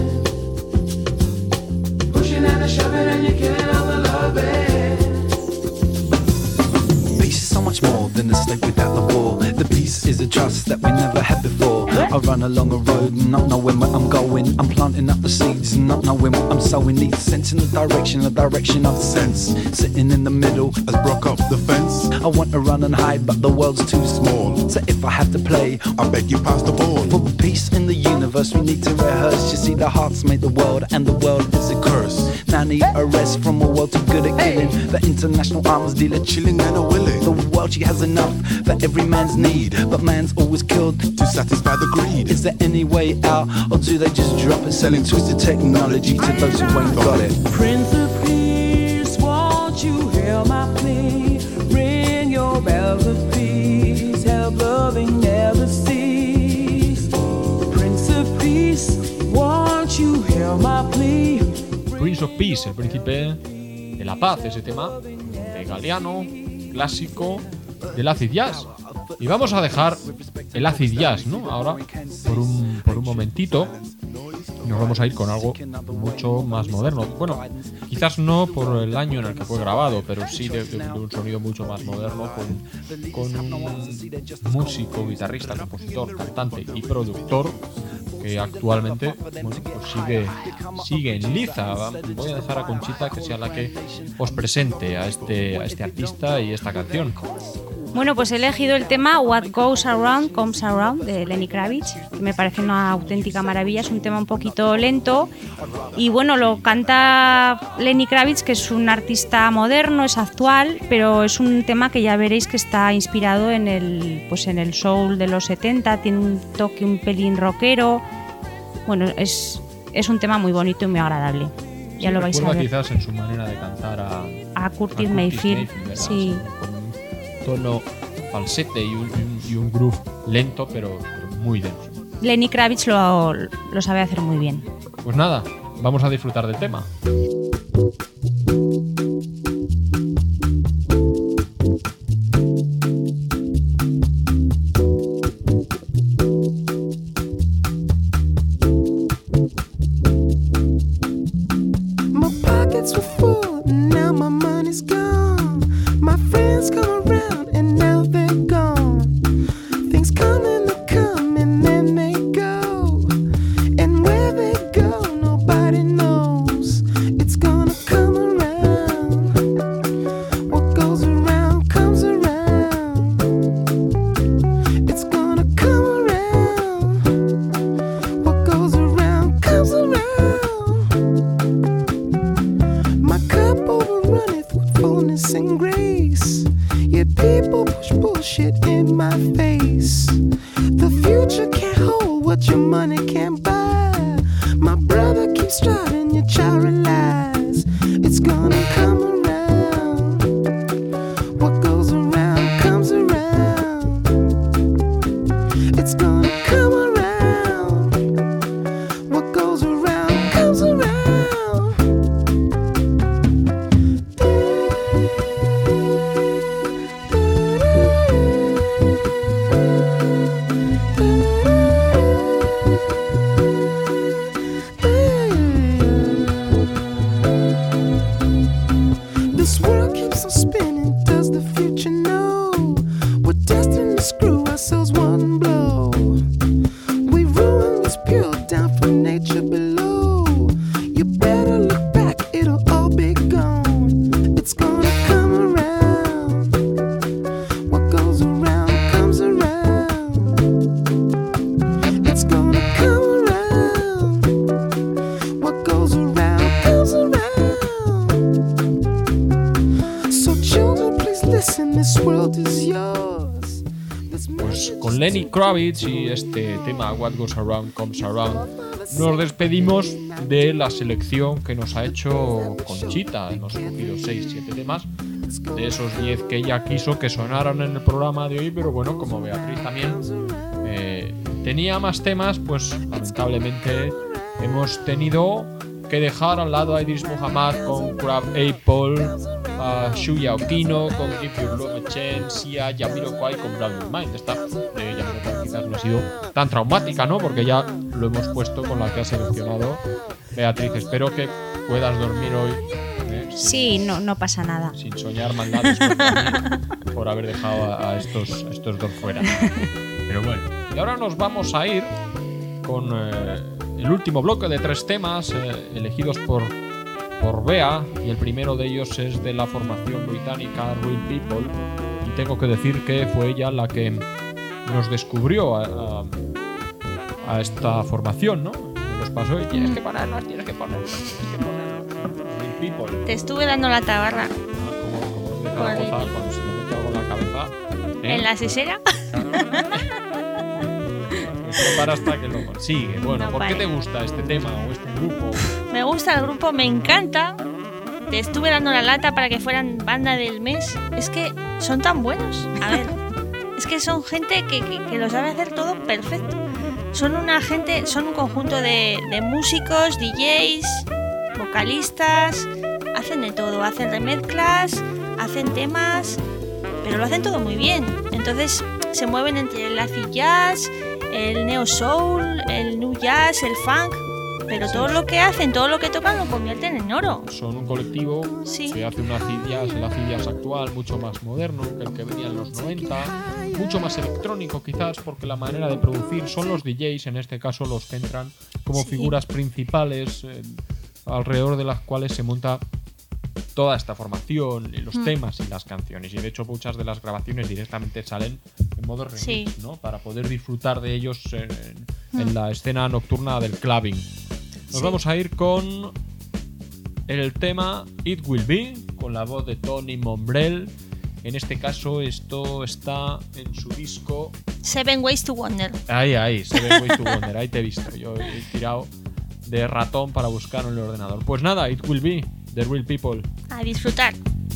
Pushing and a shoving and you're killing all the loving. Peace is so much more than a state without the war. The peace is a trust that we never had before. I run along a road and not knowing where I'm going. I'm planting up the seeds and not knowing what I'm sowing. Need sense in the direction, the direction of sense. Sitting in the middle As broke up the fence, I want to run and hide, but the world's too small. So if I have to play, I beg you pass the ball. for peace in the universe, we need to rehearse. You see, the hearts make the world, and the world is a curse. Now need a rest from a world too good at killing. The international arms dealer, Chilling and a willing the world, she has enough for every man's need, but man's always killed. to satisfy the greed. Is there any way out, or do they just drop it, selling twisted technology to those who ain't got it? Prince of Peace, won't you hear my plea? Ring your bells of peace, help loving never cease. Prince of Peace, won't you hear my plea? Prince of Peace, el príncipe de la paz, ese tema de Galiano, clásico del acid jazz. Y vamos a dejar el acid jazz, ¿no? Ahora, por un, por un momentito, nos vamos a ir con algo mucho más moderno. Bueno, quizás no por el año en el que fue grabado, pero sí de, de- de un sonido mucho más moderno, con, con un músico, guitarrista, compositor, cantante y productor que actualmente, bueno, pues sigue, sigue en liza. Va- Voy a dejar a Conchita que sea la que os presente a este, a este artista y esta canción. Bueno, pues he elegido el tema What Goes Around Comes Around de Lenny Kravitz, que me parece una auténtica maravilla. Es un tema un poquito lento y bueno, lo canta Lenny Kravitz, que es un artista moderno, es actual, pero es un tema que ya veréis que está inspirado en el, pues en el soul de los setenta, tiene un toque un pelín rockero. Bueno, es, es un tema muy bonito y muy agradable. Ya Sí, lo vais a recuerda ver. quizás en su manera de cantar a, A Curtis, a Mayfield, ¿verdad? sí. Con un tono falsete y un, y un, y un groove lento, pero, pero muy denso. Lenny Kravitz lo, lo sabe hacer muy bien. Pues nada, vamos a disfrutar del tema. My pockets were full, and now my money's gone. My friends come around, and now they're gone. Things come and they come, and then they go. And where they go, nobody knows. It's gonna come around. What goes around comes around. It's gonna come around. What goes around comes around. My cup overrunneth with fullness and grace. Yet people push bullshit in my face. The future can't hold what your money can't buy. My brother keeps striving, your child relies. It's gonna come around. What goes around comes around. It's gonna come around. What goes around comes around. This world keeps on spinning, does the future know? We're destined to screw ourselves one blow. We ruin what's pure down from nature below. You better look back, it'll all be gone. It's gonna come around. What goes around comes around. It's gonna come around. What goes around comes around. So children, please listen, this world is yours. This Pues con Lenny Kravitz y este tema What Goes Around Comes Around nos despedimos de la selección que nos ha hecho Conchita. Hemos cogido seis siete temas de esos diez que ella quiso que sonaran en el programa de hoy, pero bueno, como Beatriz también eh, tenía más temas, pues lamentablemente hemos tenido que dejar al lado a Idris Muhammad con Crab Apple, a Shuya Okino con Give Your Love a Chance y a Jamiroquai con Blow Your Mind. Esta de Jamiroquai quizás no ha sido tan traumática, ¿no? Porque ya lo hemos puesto con la que ha seleccionado Beatriz. Espero que puedas dormir hoy ¿eh? sin, Sí, no, no pasa nada. sin soñar maldades contra mí por haber dejado a, a estos, a estos dos fuera. Pero bueno, y ahora nos vamos a ir con eh, el último bloque de tres temas eh, elegidos por por Bea, y el primero de ellos es de la formación británica Real People, y tengo que decir que fue ella la que nos descubrió a, a, a esta formación, ¿no? Nos pasó y tienes que ponernos, tienes que ponernos, tienes que ponernos. Real People. Te estuve dando la tabarra Como, como es de Con cada Real cosa, People. cuando se le mete algo en la cabeza. ¿eh? en la sesera. Pues no para hasta que lo consigue. Bueno, No ¿por qué pare. te gusta este tema o este grupo? Me gusta el grupo, me encanta. Te estuve dando la lata para que fueran banda del mes. Es que son tan buenos. A ver, es que son gente que, que, que lo sabe hacer todo perfecto. Son una gente, son un conjunto de, de músicos, D Js, vocalistas, hacen de todo, hacen remezclas, hacen temas, pero lo hacen todo muy bien. Entonces se mueven entre el acid jazz, el neo soul, el new jazz, el funk. Pero todo lo que hacen, todo lo que tocan lo convierten en oro. Son un colectivo Sí. que hace un acid jazz, el acid jazz actual, mucho más moderno que el que venía en los noventa, mucho más electrónico quizás, porque la manera de producir son los D Js, en este caso los que entran como Sí. figuras principales, eh, alrededor de las cuales se monta toda esta formación, y los Mm. temas y las canciones. Y de hecho muchas de las grabaciones directamente salen en modo remix, Sí. ¿no? Para poder disfrutar de ellos en, Mm. en la escena nocturna del clubbing. Nos Sí. vamos a ir con el tema It Will Be, con la voz de Tony Mombrell. En este caso esto está en su disco... Seven Ways to Wonder. Ahí, ahí, Seven Ways to Wonder, ahí te he visto. Yo he tirado de ratón para buscar en el ordenador. Pues nada, It Will Be, The Real People. A disfrutar.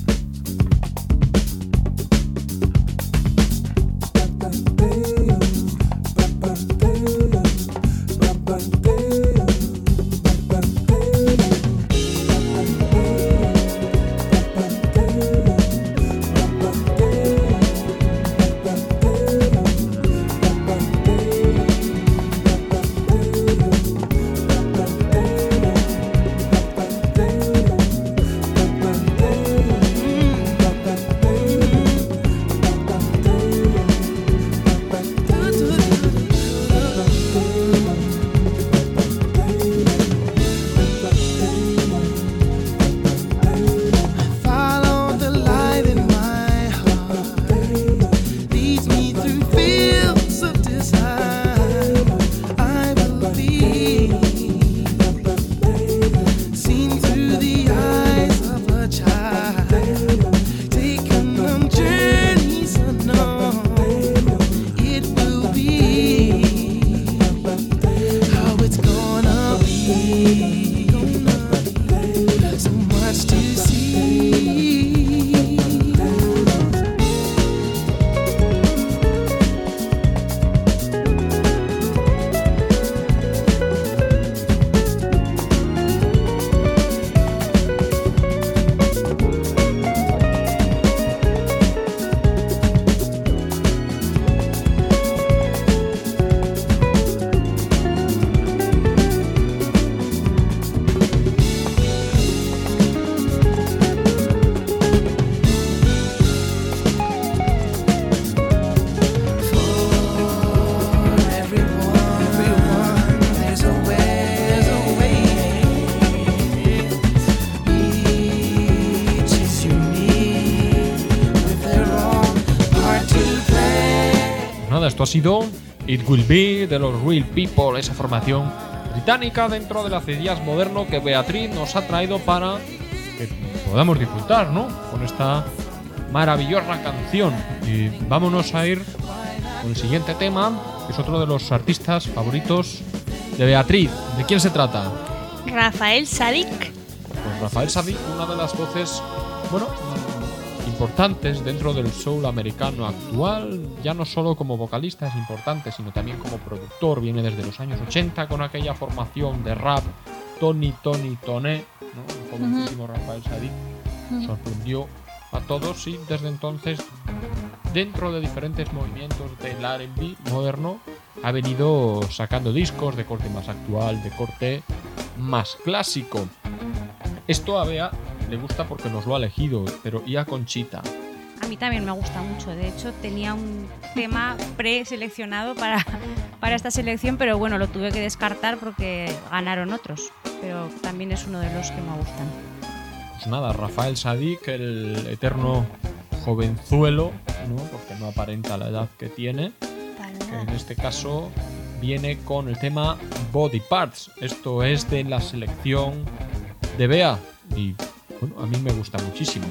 Follow the light in my heart, leads me through fields of desire. I will be seen through the eyes of a child, taken on journeys unknown. It will be how it's gonna be. So much to see. Nada, esto ha sido It Will Be de los Real People, esa formación británica dentro del hace días moderno que Beatriz nos ha traído para que podamos disfrutar, ¿no? Con esta maravillosa canción. Y vámonos a ir con el siguiente tema, que es otro de los artistas favoritos de Beatriz. ¿De quién se trata? Rafael Sadik. Pues Rafael Sadik, una de las voces, bueno, importantes dentro del soul americano actual, ya no solo como vocalista es importante, sino también como productor. Viene desde los años ochenta con aquella formación de rap Tony Tony Toné, ¿no? El jovencísimo uh-huh. Rafael Sadik uh-huh. sorprendió a todos y desde entonces, dentro de diferentes movimientos del R and B moderno, ha venido sacando discos de corte más actual, de corte más clásico. Esto a Bea le gusta porque nos lo ha elegido, pero ¿y a Conchita? A mí también me gusta mucho. De hecho, tenía un tema preseleccionado para, para esta selección, pero bueno, lo tuve que descartar porque ganaron otros. Pero también es uno de los que me gustan. Pues nada, Rafael Sadik, el eterno jovenzuelo, ¿no? Porque no aparenta la edad que tiene, que en este caso viene con el tema Body Parts. Esto es de la selección de Bea y bueno, a mí me gusta muchísimo.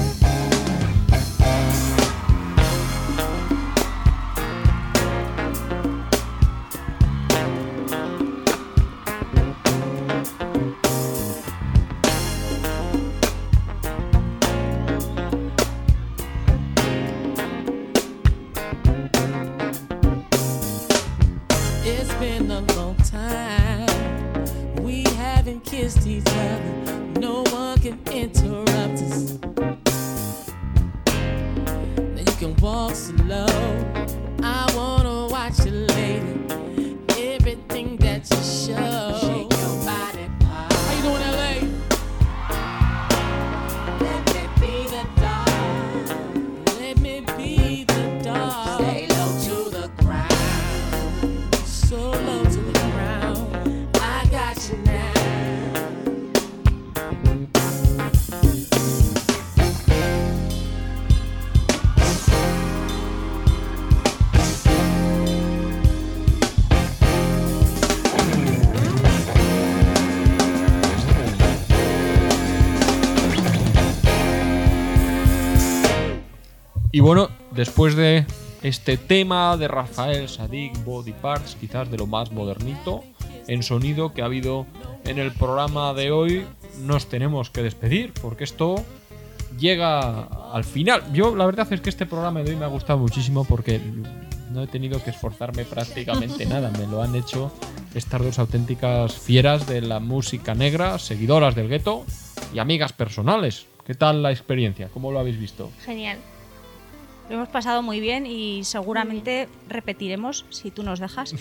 It's been a long time. We haven't kissed each other. No one can interrupt us. Now you can walk slow. I wanna watch you later. Everything that you show. Shake your body. How you doing, L A? Let me be the dog. Let me be the dog. Stay low to the ground. So low to the ground. I got you now. Y bueno, después de este tema de Rafael Sadik, Body Parts, quizás de lo más modernito en sonido que ha habido en el programa de hoy, nos tenemos que despedir porque esto llega al final. Yo la verdad es que este programa de hoy me ha gustado muchísimo porque no he tenido que esforzarme prácticamente nada. Me lo han hecho estas dos auténticas fieras de la música negra, seguidoras del gueto y amigas personales. ¿Qué tal la experiencia? ¿Cómo lo habéis visto? Genial. Lo hemos pasado muy bien y seguramente repetiremos si tú nos dejas.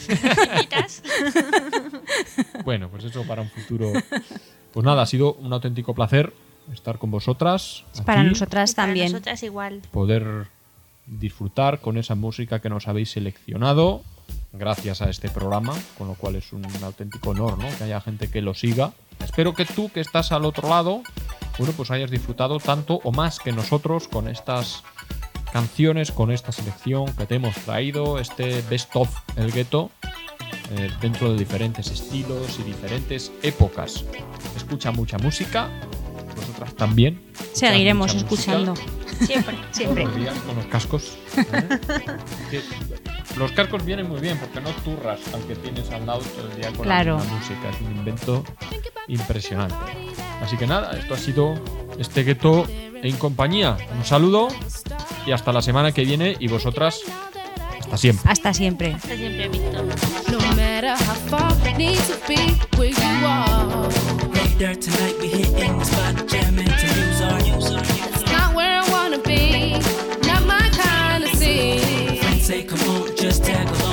Bueno, pues eso para un futuro. Pues nada, ha sido un auténtico placer estar con vosotras. Para aquí, nosotras también. Para nosotras igual. poder disfrutar con esa música que nos habéis seleccionado gracias a este programa, con lo cual es un auténtico honor, ¿no?, que haya gente que lo siga. Espero que tú, que estás al otro lado, bueno, pues hayas disfrutado tanto o más que nosotros con estas canciones, con esta selección que te hemos traído, este Best of El Gueto, eh, dentro de diferentes estilos y diferentes épocas. Escucha mucha música, nosotras también. Seguiremos Escuchad mucha escuchando. música. Siempre, siempre. Todos los días con los cascos. ¿eh? Que los cascos vienen muy bien porque no turras al que tienes al lado todo el día con Claro. la misma música. Es un invento impresionante. Así que nada, esto ha sido este Gueto en compañía. Un saludo y hasta la semana que viene, y vosotras hasta siempre. Hasta siempre. Hasta siempre, Víctor. No matter how far it needs to be where you are. Later tonight we hitting the spot, jamming to use our use our That's not where I wanna be. Not my kind of scene. Friends say come on, just tag along.